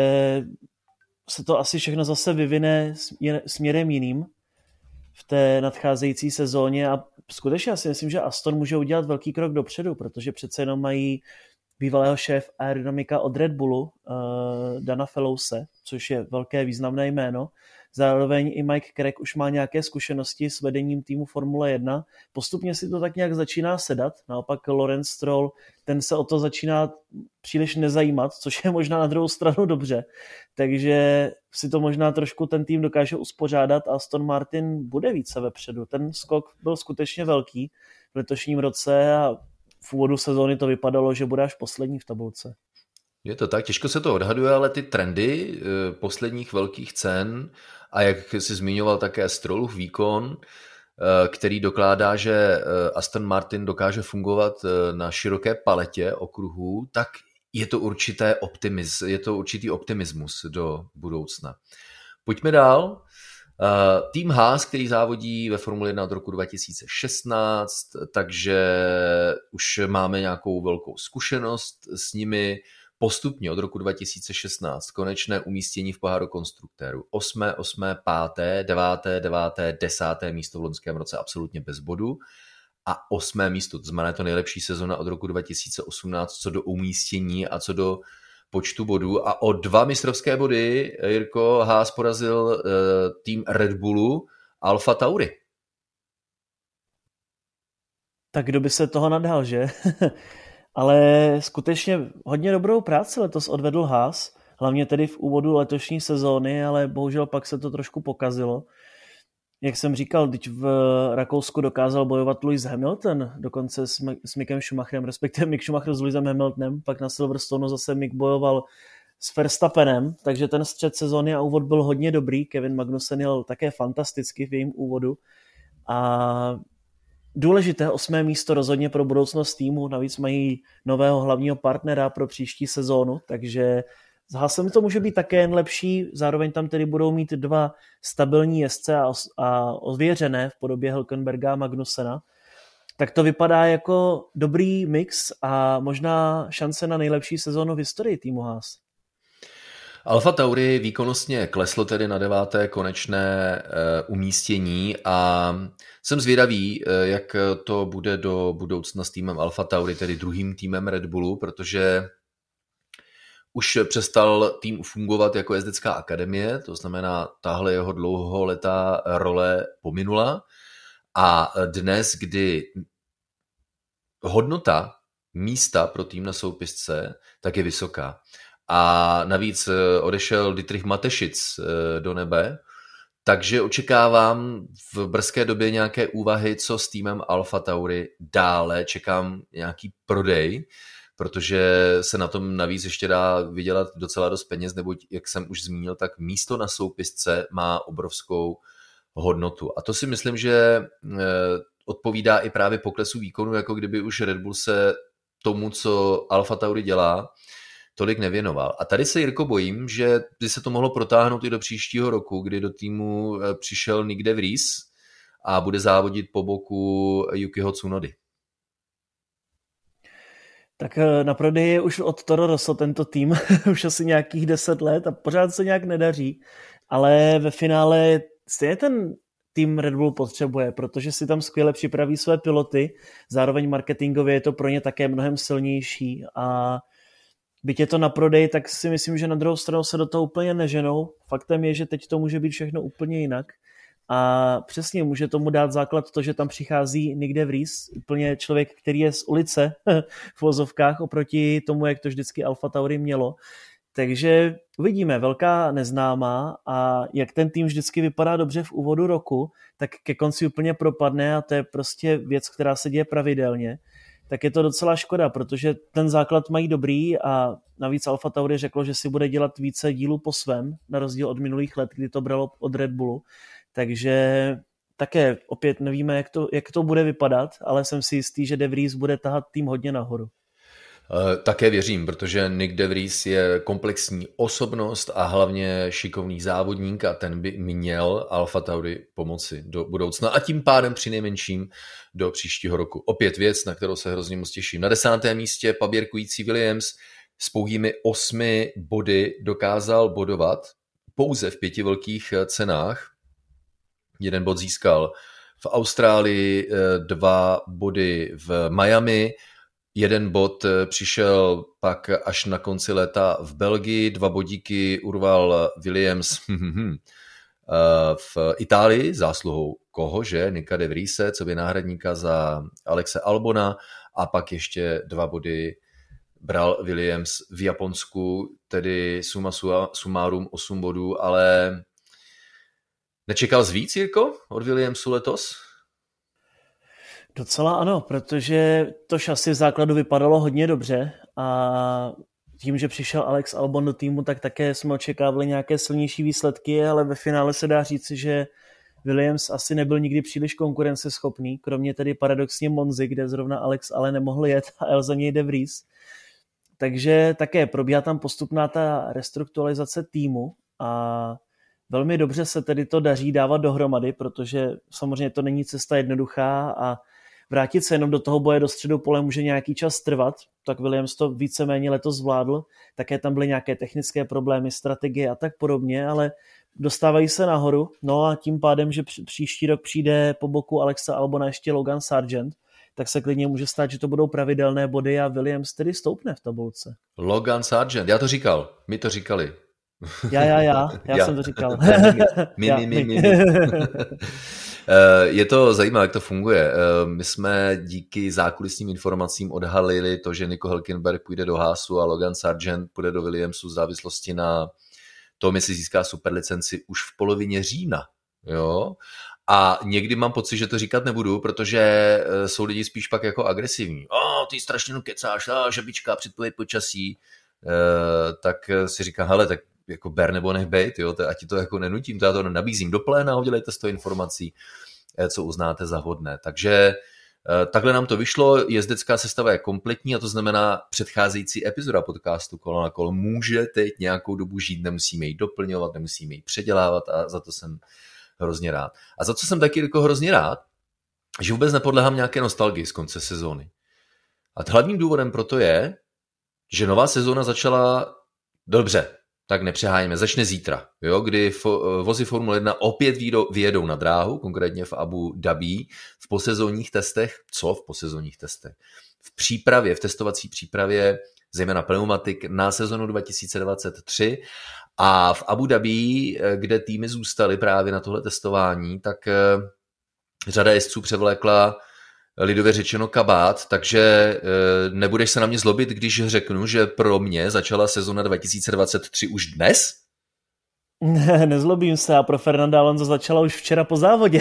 se to asi všechno zase vyvine směrem jiným v té nadcházející sezóně a skutečně já si myslím, že Aston může udělat velký krok dopředu, protože přece jenom mají bývalého šéf aerodynamika od Red Bullu, uh, Dana Fellowse, což je velké významné jméno. Zároveň i Mike Crack už má nějaké zkušenosti s vedením týmu Formule jedna. Postupně si to tak nějak začíná sedat. Naopak Lawrence Stroll, ten se o to začíná příliš nezajímat, což je možná na druhou stranu dobře. Takže si to možná trošku ten tým dokáže uspořádat a Aston Martin bude více vepředu. Ten skok byl skutečně velký v letošním roce a v úvodu sezóny to vypadalo, že bude až poslední v tabulce. Je to tak, těžko se to odhaduje, ale ty trendy posledních velkých cen a jak jsi zmiňoval také Strollův výkon, který dokládá, že Aston Martin dokáže fungovat na široké paletě okruhů, tak je to, určité optimiz, je to určitý optimismus do budoucna. Pojďme dál. Tým Haas, který závodí ve Formule jedna od roku dva tisíce šestnáct, takže už máme nějakou velkou zkušenost s nimi. Postupně od roku dva tisíce šestnáct konečné umístění v poháru konstruktérů. Osmé, osmé, páté, deváté, deváté, desáté místo v loňském roce absolutně bez bodu. A osmé místo, to znamená to nejlepší sezona od roku dva tisíce osmnáct, co do umístění a co do počtu bodů. A o dva mistrovské body, Jirko, Haas porazil uh, tým Red Bullu Alfa Tauri. Tak kdo by se toho nadhal, že? Ale skutečně hodně dobrou práci letos odvedl Haas, hlavně tedy v úvodu letošní sezóny, ale bohužel pak se to trošku pokazilo. Jak jsem říkal, teď v Rakousku dokázal bojovat Lewis Hamilton, dokonce s, M- s Mickem Schumacherem, respektive Mick Schumacher s Lewisem Hamiltonem, pak na Silverstone zase Mick bojoval s Verstappenem, takže ten střed sezóny a úvod byl hodně dobrý. Kevin Magnussen jel také fantasticky v jejím úvodu a důležité osmé místo rozhodně pro budoucnost týmu, navíc mají nového hlavního partnera pro příští sezónu, takže s Haasem to může být také jen lepší, zároveň tam tedy budou mít dva stabilní jezdce a, a ověřené v podobě Hülkenberga a Magnusena. tak to vypadá jako dobrý mix a možná šance na nejlepší sezónu v historii týmu Haas. Alfa Tauri výkonnostně kleslo tedy na deváté konečné umístění a jsem zvědavý, jak to bude do budoucna s týmem Alfa Tauri, tedy druhým týmem Red Bullu, protože už přestal tým fungovat jako jezdecká akademie, to znamená, tahle jeho dlouholetá role pominula a dnes, kdy hodnota místa pro tým na soupisce, tak je vysoká. A navíc odešel Dietrich Mateschitz do nebe, takže očekávám v brzké době nějaké úvahy, co s týmem Alfa Tauri dále, čekám nějaký prodej, protože se na tom navíc ještě dá vydělat docela dost peněz, neboť, jak jsem už zmínil, tak místo na soupisce má obrovskou hodnotu. A to si myslím, že odpovídá i právě poklesu výkonu, jako kdyby už Red Bull se tomu, co Alfa Tauri dělá, tolik nevěnoval. A tady se, Jirko, bojím, že by se to mohlo protáhnout i do příštího roku, kdy do týmu přišel Nick de Vries a bude závodit po boku Yukiho Tsunody. Tak na prodeji je už od Toro Rosso tento tým, už asi nějakých deset let a pořád se nějak nedaří, ale ve finále stejně ten tým Red Bull potřebuje, protože si tam skvěle připraví své piloty, zároveň marketingově je to pro ně také mnohem silnější a byť je to na prodej, tak si myslím, že na druhou stranu se do toho úplně neženou. Faktem je, že teď to může být všechno úplně jinak. A přesně může tomu dát základ to, že tam přichází Nick de Vries, úplně člověk, který je z ulice v vozovkách oproti tomu, jak to vždycky Alfa Tauri mělo. Takže uvidíme, velká neznámá a jak ten tým vždycky vypadá dobře v úvodu roku, tak ke konci úplně propadne a to je prostě věc, která se děje pravidelně. Tak je to docela škoda, protože ten základ mají dobrý a navíc Alfa Tauri řeklo, že si bude dělat více dílů po svém, na rozdíl od minulých let, kdy to bralo od Red Bullu. Takže také opět nevíme, jak to, jak to bude vypadat, ale jsem si jistý, že de Vries bude tahat tým hodně nahoru. Také věřím, protože Nick de Vries je komplexní osobnost a hlavně šikovný závodník a ten by měl Alfa Tauri pomoci do budoucna a tím pádem přinejmenším do příštího roku. Opět věc, na kterou se hrozně moc těším. Na desátém místě paběrkující Williams s pouhými osmi body dokázal bodovat pouze v pěti velkých cenách. Jeden bod získal v Austrálii, dva body v Miami, jeden bod přišel pak až na konci léta v Belgii, dva bodíky urval Williams v Itálii, zásluhou koho, že? Nicka de Vriese, co by náhradníka za Alexe Albona a pak ještě dva body bral Williams v Japonsku, tedy suma sumárum osm bodů, ale nečekal jsi víc, Jirko, od Williamsu letos? Docela ano, protože to šasi v základu vypadalo hodně dobře a tím, že přišel Alex Albon do týmu, tak také jsme očekávali nějaké silnější výsledky, ale ve finále se dá říci, že Williams asi nebyl nikdy příliš konkurenceschopný, kromě tedy paradoxně Monzy, kde zrovna Alex ale nemohl jet a jel za něj de Vries. Takže také probíhá tam postupná ta restrukturalizace týmu a velmi dobře se tedy to daří dávat dohromady, protože samozřejmě to není cesta jednoduchá a vrátit se jenom do toho boje do středu pole může nějaký čas trvat, tak Williams to víceméně letos zvládl, také tam byly nějaké technické problémy, strategie a tak podobně, ale dostávají se nahoru, no a tím pádem, že příští rok přijde po boku Alexa Albona ještě Logan Sargent, tak se klidně může stát, že to budou pravidelné body a Williams tedy stoupne v tabulce. Logan Sargent, já to říkal, my to říkali. Já, já, já, já, já jsem to říkal. My, my, my, my. Je to zajímavé, jak to funguje. My jsme díky zákulisním informacím odhalili to, že Nico Hülkenberg půjde do Haasu a Logan Sargent půjde do Williamsu v závislosti na tom, jestli získá superlicenci už v polovině října. Jo? A někdy mám pocit, že to říkat nebudu, protože jsou lidi spíš pak jako agresivní. O, ty strašně no kecáš, a žabička, předpověď počasí. Tak si říkám, hele, tak jako ber nebo nech bejt, jo, ať ti to jako nenutím, to já to nabízím do pléna, udělejte z toho informací, co uznáte za vhodné. Takže takhle nám to vyšlo, jezdecká sestava je kompletní a to znamená předcházející epizoda podcastu Kolo na kolo může teď nějakou dobu žít, nemusíme ji doplňovat, nemusíme ji předělávat a za to jsem hrozně rád. A za co jsem taky jako hrozně rád, že vůbec nepodléhám nějaké nostalgii z konce sezóny. A hlavním důvodem proto je, že nová sezóna začala dobře, tak nepřeháněme, začne zítra, jo, kdy fo, vozy Formule jedna opět výjdou, vyjedou na dráhu, konkrétně v Abu Dhabi, v posezónních testech, co v posezónních testech? V přípravě, v testovací přípravě, zejména pneumatik na sezonu dva tisíce dvacet tři a v Abu Dhabi, kde týmy zůstaly právě na tohle testování, tak řada jezdců převlékla lidově řečeno kabát, takže nebudeš se na mě zlobit, když řeknu, že pro mě začala sezona dva tisíce dvacet tři už dnes? Ne, nezlobím se, a pro Fernanda Alonso začala už včera po závodě.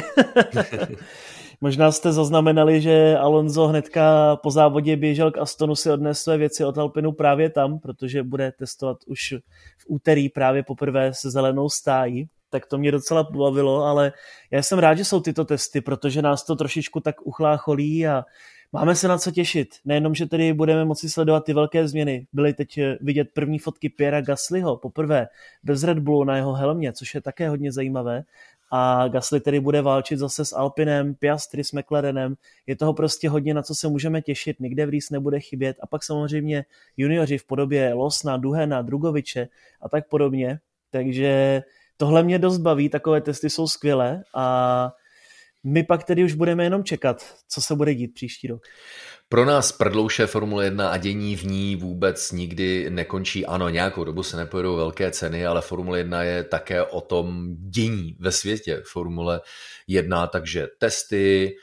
Možná jste zaznamenali, že Alonso hnedka po závodě běžel k Astonu si odnést své věci od Alpinu právě tam, protože bude testovat už v úterý právě poprvé se zelenou stájí. Tak to mě docela pobavilo, ale já jsem rád, že jsou tyto testy, protože nás to trošičku tak uchlácholí a máme se na co těšit. Nejenom, že tedy budeme moci sledovat ty velké změny. Byly teď vidět první fotky Pierra Gaslyho poprvé bez Red Bullu na jeho helmě, což je také hodně zajímavé. A Gasly tedy bude válčit zase s Alpinem, Piastri s McLarenem. Je toho prostě hodně, na co se můžeme těšit. Nikde Vries nebude chybět. A pak samozřejmě junioři v podobě Lawsona, Duhana, Drugoviče a tak podobně. Takže tohle mě dost baví, takové testy jsou skvělé a my pak tedy už budeme jenom čekat, co se bude dít příští rok. Pro nás prdlouše Formule jedna a dění v ní vůbec nikdy nekončí. Ano, nějakou dobu se nepojedou velké ceny, ale Formule jedna je také o tom dění ve světě Formule jedna, takže testy,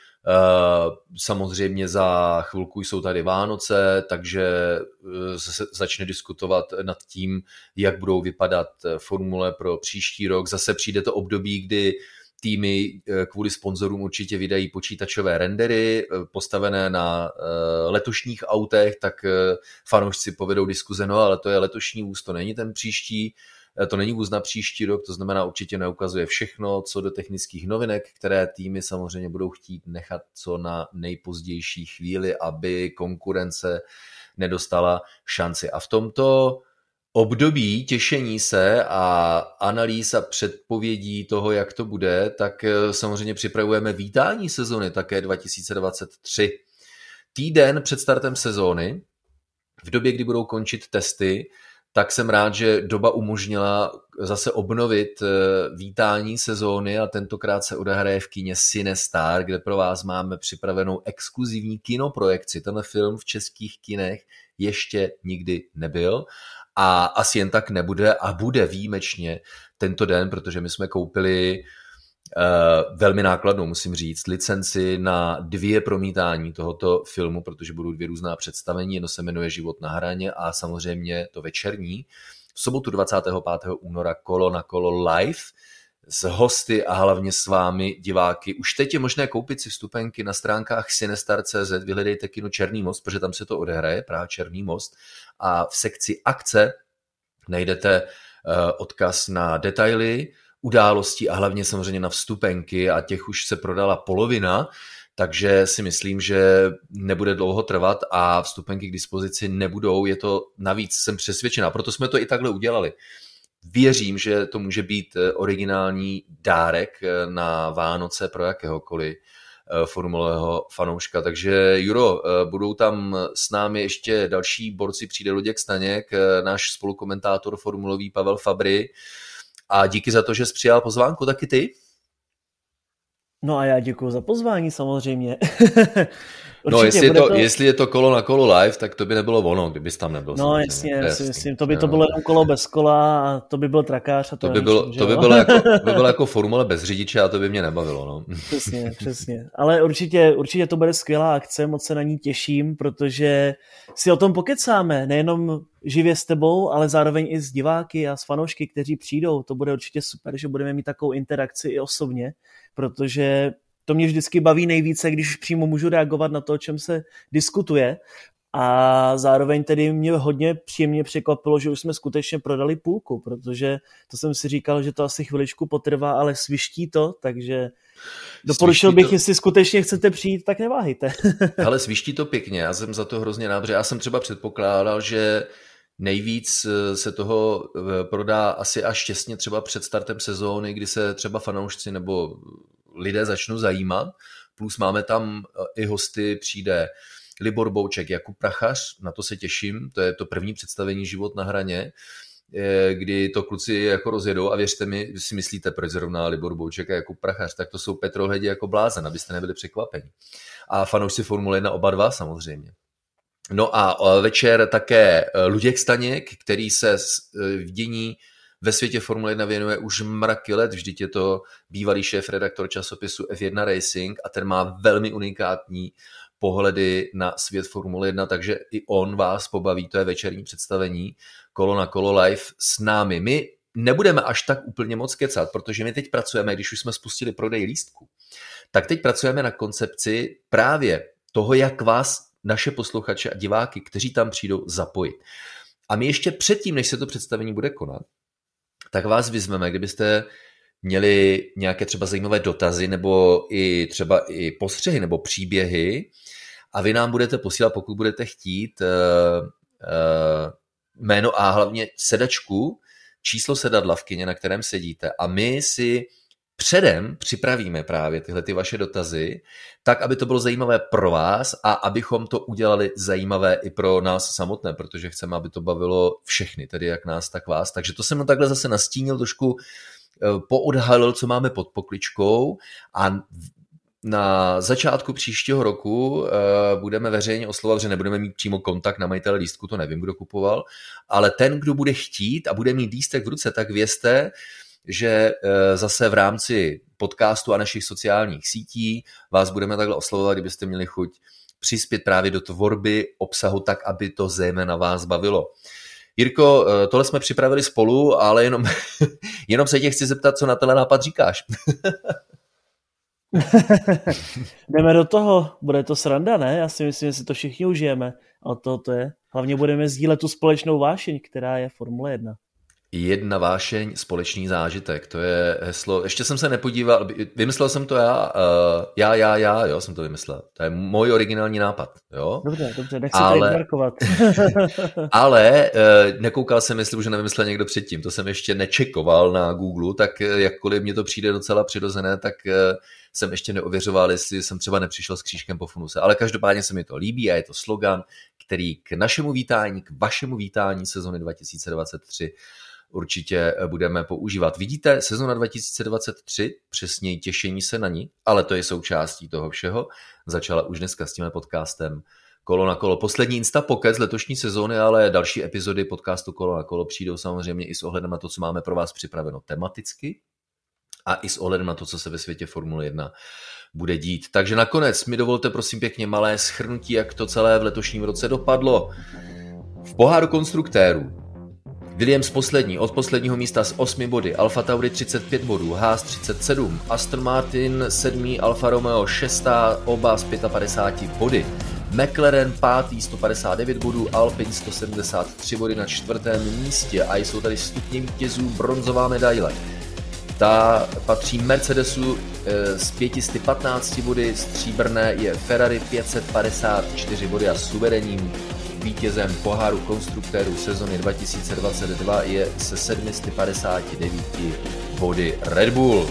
samozřejmě za chvilku jsou tady Vánoce, takže se začne diskutovat nad tím, jak budou vypadat formule pro příští rok. Zase přijde to období, kdy týmy kvůli sponzorům určitě vydají počítačové rendery postavené na letošních autech, tak fanoušci povedou diskuze, no ale to je letošní vůz, to není ten příští, to není vůz na příští rok, to znamená určitě neukazuje všechno, co do technických novinek, které týmy samozřejmě budou chtít nechat co na nejpozdější chvíli, aby konkurence nedostala šanci. A v tomto období těšení se a analýz a předpovědí toho, jak to bude, tak samozřejmě připravujeme vítání sezony také dva tisíce dvacet tři. Týden před startem sezóny, v době, kdy budou končit testy, tak jsem rád, že doba umožnila zase obnovit vítání sezóny a tentokrát se odehraje v kině CineStar, kde pro vás máme připravenou exkluzivní kinoprojekci. Tenhle film v českých kinech ještě nikdy nebyl a asi jen tak nebude a bude výjimečně tento den, protože my jsme koupili Uh, velmi nákladnou, musím říct, licenci na dvě promítání tohoto filmu, protože budou dvě různá představení, jedno se jmenuje Život na hraně a samozřejmě to večerní. V sobotu dvacátého pátého února Kolo na kolo live s hosty a hlavně s vámi diváky. Už teď je možné koupit si vstupenky na stránkách cinestar tečka cé zet, vyhledejte kino Černý most, protože tam se to odehraje, Praha Černý most, a v sekci akce najdete uh, odkaz na detaily události a hlavně samozřejmě na vstupenky a těch už se prodala polovina, takže si myslím, že nebude dlouho trvat a vstupenky k dispozici nebudou, je to navíc, jsem přesvědčená, proto jsme to i takhle udělali. Věřím, že to může být originální dárek na Vánoce pro jakéhokoliv formulového fanouška, takže Juro, budou tam s námi ještě další borci, přijde Luděk Staněk, náš spolukomentátor formulový Pavel Fabry. A díky za to, že jsi přijal pozvánku, taky ty. No a já děkuji za pozvání samozřejmě. No jestli je, to, to... jestli je to kolo na kolo live, tak to by nebylo ono, kdybys tam nebyl. No jasně, já si myslím, to by to bylo jenom kolo bez kola a to by byl trakář. A to, to, by, bylo, to by, bylo jako, by bylo jako formule bez řidiče a to by mě nebavilo. No. Přesně, přesně. Ale určitě, určitě to bude skvělá akce, moc se na ní těším, protože si o tom pokecáme, nejenom živě s tebou, ale zároveň i s diváky a s fanoušky, kteří přijdou. To bude určitě super, že budeme mít takovou interakci i osobně, protože to mě vždycky baví nejvíce, když přímo můžu reagovat na to, o čem se diskutuje. A zároveň tedy mě hodně příjemně překvapilo, že už jsme skutečně prodali půlku, protože to jsem si říkal, že to asi chviličku potrvá, ale sviští to, takže doporučil sviští bych, to... jestli skutečně chcete přijít, tak neváhejte. Ale sviští to pěkně, já jsem za to hrozně rád, protože já jsem třeba předpokládal, že nejvíc se toho prodá asi až těsně třeba před startem sezóny, kdy se třeba fanoušci nebo lidé začnou zajímat, plus máme tam i hosty, přijde Libor Bouček, Jakub Prachař, na to se těším, to je to první představení Život na hraně, kdy to kluci jako rozjedou a věřte mi, si myslíte, proč zrovna Libor Bouček a Jakub Prachař, tak to jsou petrolheadi jako blázen, abyste nebyli překvapeni. A fanoušci Formule jedna oba dva samozřejmě. No a večer také Luděk Staněk, který se v dění ve světě Formule jedna věnuje už mraky let, vždyť je to bývalý šéf-redaktor časopisu F jedna Racing a ten má velmi unikátní pohledy na svět Formule jedna, takže i on vás pobaví, to je večerní představení Kolo na kolo live s námi. My nebudeme až tak úplně moc kecat, protože my teď pracujeme, když už jsme spustili prodej lístků, tak teď pracujeme na koncepci právě toho, jak vás naše posluchače a diváky, kteří tam přijdou, zapojit. A my ještě předtím, než se to představení bude konat, tak vás vyzveme, kdybyste měli nějaké třeba zajímavé dotazy nebo i třeba i postřehy nebo příběhy a vy nám budete posílat, pokud budete chtít, uh, uh, jméno a hlavně sedačku, číslo sedadla v kině, na kterém sedíte a my si předem připravíme právě tyhle ty vaše dotazy, tak, aby to bylo zajímavé pro vás a abychom to udělali zajímavé i pro nás samotné, protože chceme, aby to bavilo všechny, tedy jak nás, tak vás. Takže to jsem no takhle zase nastínil, trošku poodhalil, co máme pod pokličkou a na začátku příštího roku budeme veřejně oslovovat, že nebudeme mít přímo kontakt na majitele lístku, to nevím, kdo kupoval, ale ten, kdo bude chtít a bude mít lístek v ruce, tak vězte, že zase v rámci podcastu a našich sociálních sítí vás budeme takhle oslovovat, kdybyste měli chuť přispět právě do tvorby obsahu tak, aby to zejména vás bavilo. Jirko, tohle jsme připravili spolu, ale jenom, jenom se tě chci zeptat, co na tenhle nápad říkáš. Jdeme do toho, bude to sranda, ne? Já si myslím, že si to všichni užijeme. A to, to je. Hlavně budeme sdílet tu společnou vášeň, která je Formule jedna. Jedna vášeň, společný zážitek, to je heslo. Ještě jsem se nepodíval, vymyslel jsem to já, uh, já, já, já, jo, jsem to vymyslel. To je můj originální nápad, jo. Dobře, dobře, nechci ale, tady markovat. ale uh, nekoukal jsem, jestli už nevymyslel někdo předtím, to jsem ještě nečekoval na Google, tak uh, jakkoliv mně to přijde docela přirozené, tak uh, jsem ještě neověřoval, jestli jsem třeba nepřišel s křížkem po funuse. Ale každopádně se mi to líbí a je to slogan, který k našemu vítání, k vašemu vítání sezony dva tisíce dvacet tři určitě budeme používat. Vidíte, sezona dva tisíce dvacet tři, přesněji těšení se na ní, ale to je součástí toho všeho. Začala už dneska s tím podcastem Kolo na kolo. Poslední Instapokec z letošní sezóny, ale další epizody podcastu Kolo na kolo přijdou samozřejmě i s ohledem na to, co máme pro vás připraveno tematicky a i s ohledem na to, co se ve světě Formule jedna bude dít. Takže nakonec mi dovolte prosím pěkně malé shrnutí, jak to celé v letošním roce dopadlo. V poháru konstruktérů Williams poslední, od posledního místa s osmi body, Alfa Tauri třicet pět bodů, Haas třicet sedm, Aston Martin sedmý, Alfa Romeo šestá, oba s padesát pěti body, McLaren pátý sto padesát devět bodů, Alpine sto sedmdesát tři body na čtvrtém místě a jsou tady stupně vítězů bronzová medaile. Ta patří Mercedesu s pět set patnáct body, stříbrné je Ferrari pět set padesát čtyři body a suverénním vítězem poháru konstruktérů sezony dva tisíce dvacet dva je se sedm set padesát devět body Red Bull.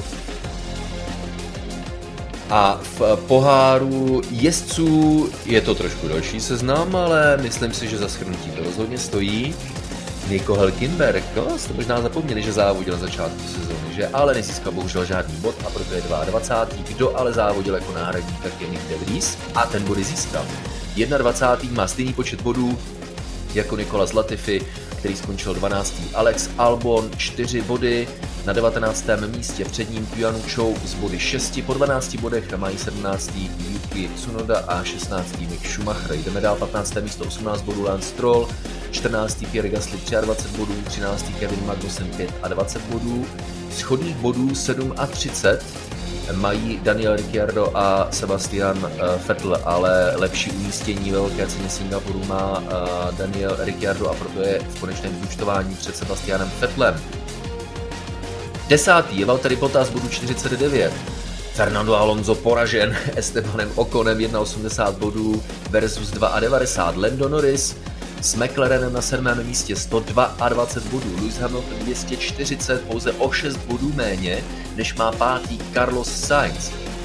A v poháru jezdců je to trošku další seznam, ale myslím si, že za shrnutí to rozhodně stojí. Nico Hülkenberg, no, jste možná zapomněli, že závodil na začátku sezóny, že ale nezískal bohužel žádný bod a proto je dvacátý druhý Kdo ale závodil jako náhradník, tak je Nick de Vries a ten body získal. dvacátý druhý má stejný počet bodů jako Nicolas Latifi, který skončil dvanáctý Alex Albon čtyři body, na devatenáctém místě před ním Yuan Chou z body šest, po dvanácti bodech mají sedmnáctý Yuki Tsunoda a šestnáctý Mick Schumacher. Jdeme dál, patnácté místo, osmnáct bodů Lance Stroll, čtrnáctý Pierre Gasly dvacet tři bodů, třináctý Kevin Magnussen dvacet pět bodů, shodných bodů třicet sedm mají Daniel Ricciardo a Sebastian Vettel, ale lepší umístění ve velké ceně Singapuru má Daniel Ricciardo a proto je v konečném zúčtování před Sebastianem Vettelem. Desátý je Valtteri Bottas bodu čtyřicet devět. Fernando Alonso poražen Estebanem Oconem osmdesát jedna bodů versus devadesát dva. Lando Norris s McLarenem na sedmém místě sto dvacet dva bodů. Lewis Hamilton dvě stě čtyřicet, pouze o šest bodů méně, než má pátý Carlos Sainz.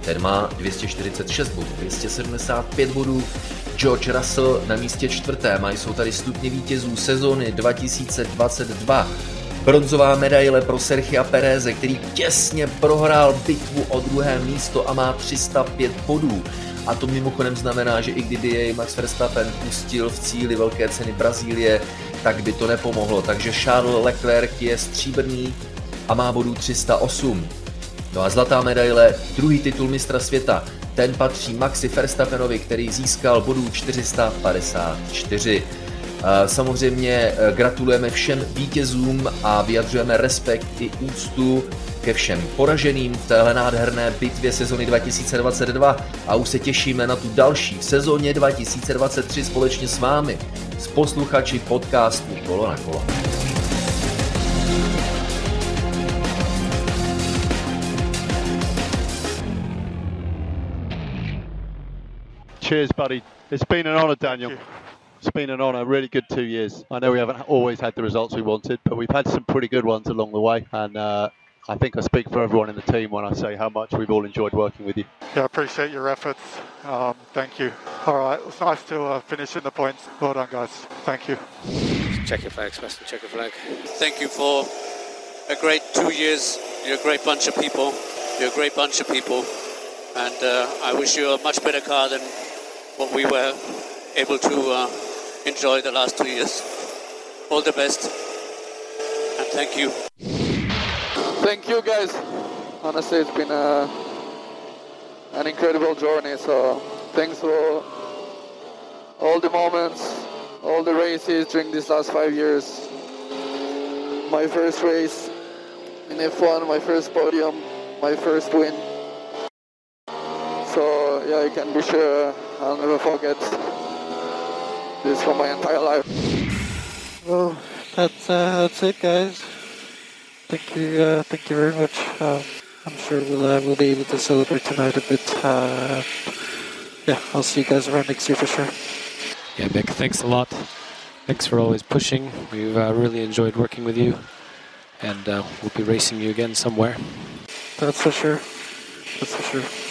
ten má dvě stě čtyřicet šest bodů, dvě stě sedmdesát pět bodů. George Russell na místě čtvrtém a jsou tady stupně vítězů sezóny dva tisíce dvacet dva. Bronzová medaile pro Sergia Péreze, který těsně prohrál bitvu o druhé místo a má tři sta pět bodů. A to mimochodem znamená, že i kdyby jej Max Verstappen pustil v cíli velké ceny Brazílie, tak by to nepomohlo. Takže Charles Leclerc je stříbrný a má bodů tři sta osm. No a zlatá medaile, druhý titul mistra světa, ten patří Maxi Verstappenovi, který získal bodů čtyři sta padesát čtyři. Samozřejmě gratulujeme všem vítězům a vyjadřujeme respekt i úctu ke všem poraženým v téhle nádherné bitvě sezony dva tisíce dvacet dva a už se těšíme na tu další v sezóně dva tisíce dvacet tři společně s vámi, s posluchači podcastu Kolo na kolo. Cheers, buddy. It's been an honour, Daniel. It's been an honour, really good two years. I know we haven't always had the results we wanted, but we've had some pretty good ones along the way. And uh, I think I speak for everyone in the team when I say how much we've all enjoyed working with you. Yeah, I appreciate your efforts. Um, thank you. All right, it was nice to uh, finish in the points. Well done, guys. Thank you. Check your flag, Sebastian, check your flag. Thank you for a great two years. You're a great bunch of people. You're a great bunch of people. And uh, I wish you a much better car than what we were able to uh, enjoy the last two years. All the best, and thank you. Thank you, guys. Honestly, it's been a, an incredible journey, so thanks for all the moments, all the races during these last five years. My first race in F one, my first podium, my first win. So yeah, you can be sure I'll never forget this for my entire life. Well, that's, uh, that's it, guys. Thank you, uh, thank you very much. Um, I'm sure we'll uh, we'll be able to celebrate tonight a bit. Uh, yeah, I'll see you guys around next year for sure. Yeah, Mick, thanks a lot. Thanks for always pushing. We've uh, really enjoyed working with you, and uh, we'll be racing you again somewhere. That's for sure. That's for sure.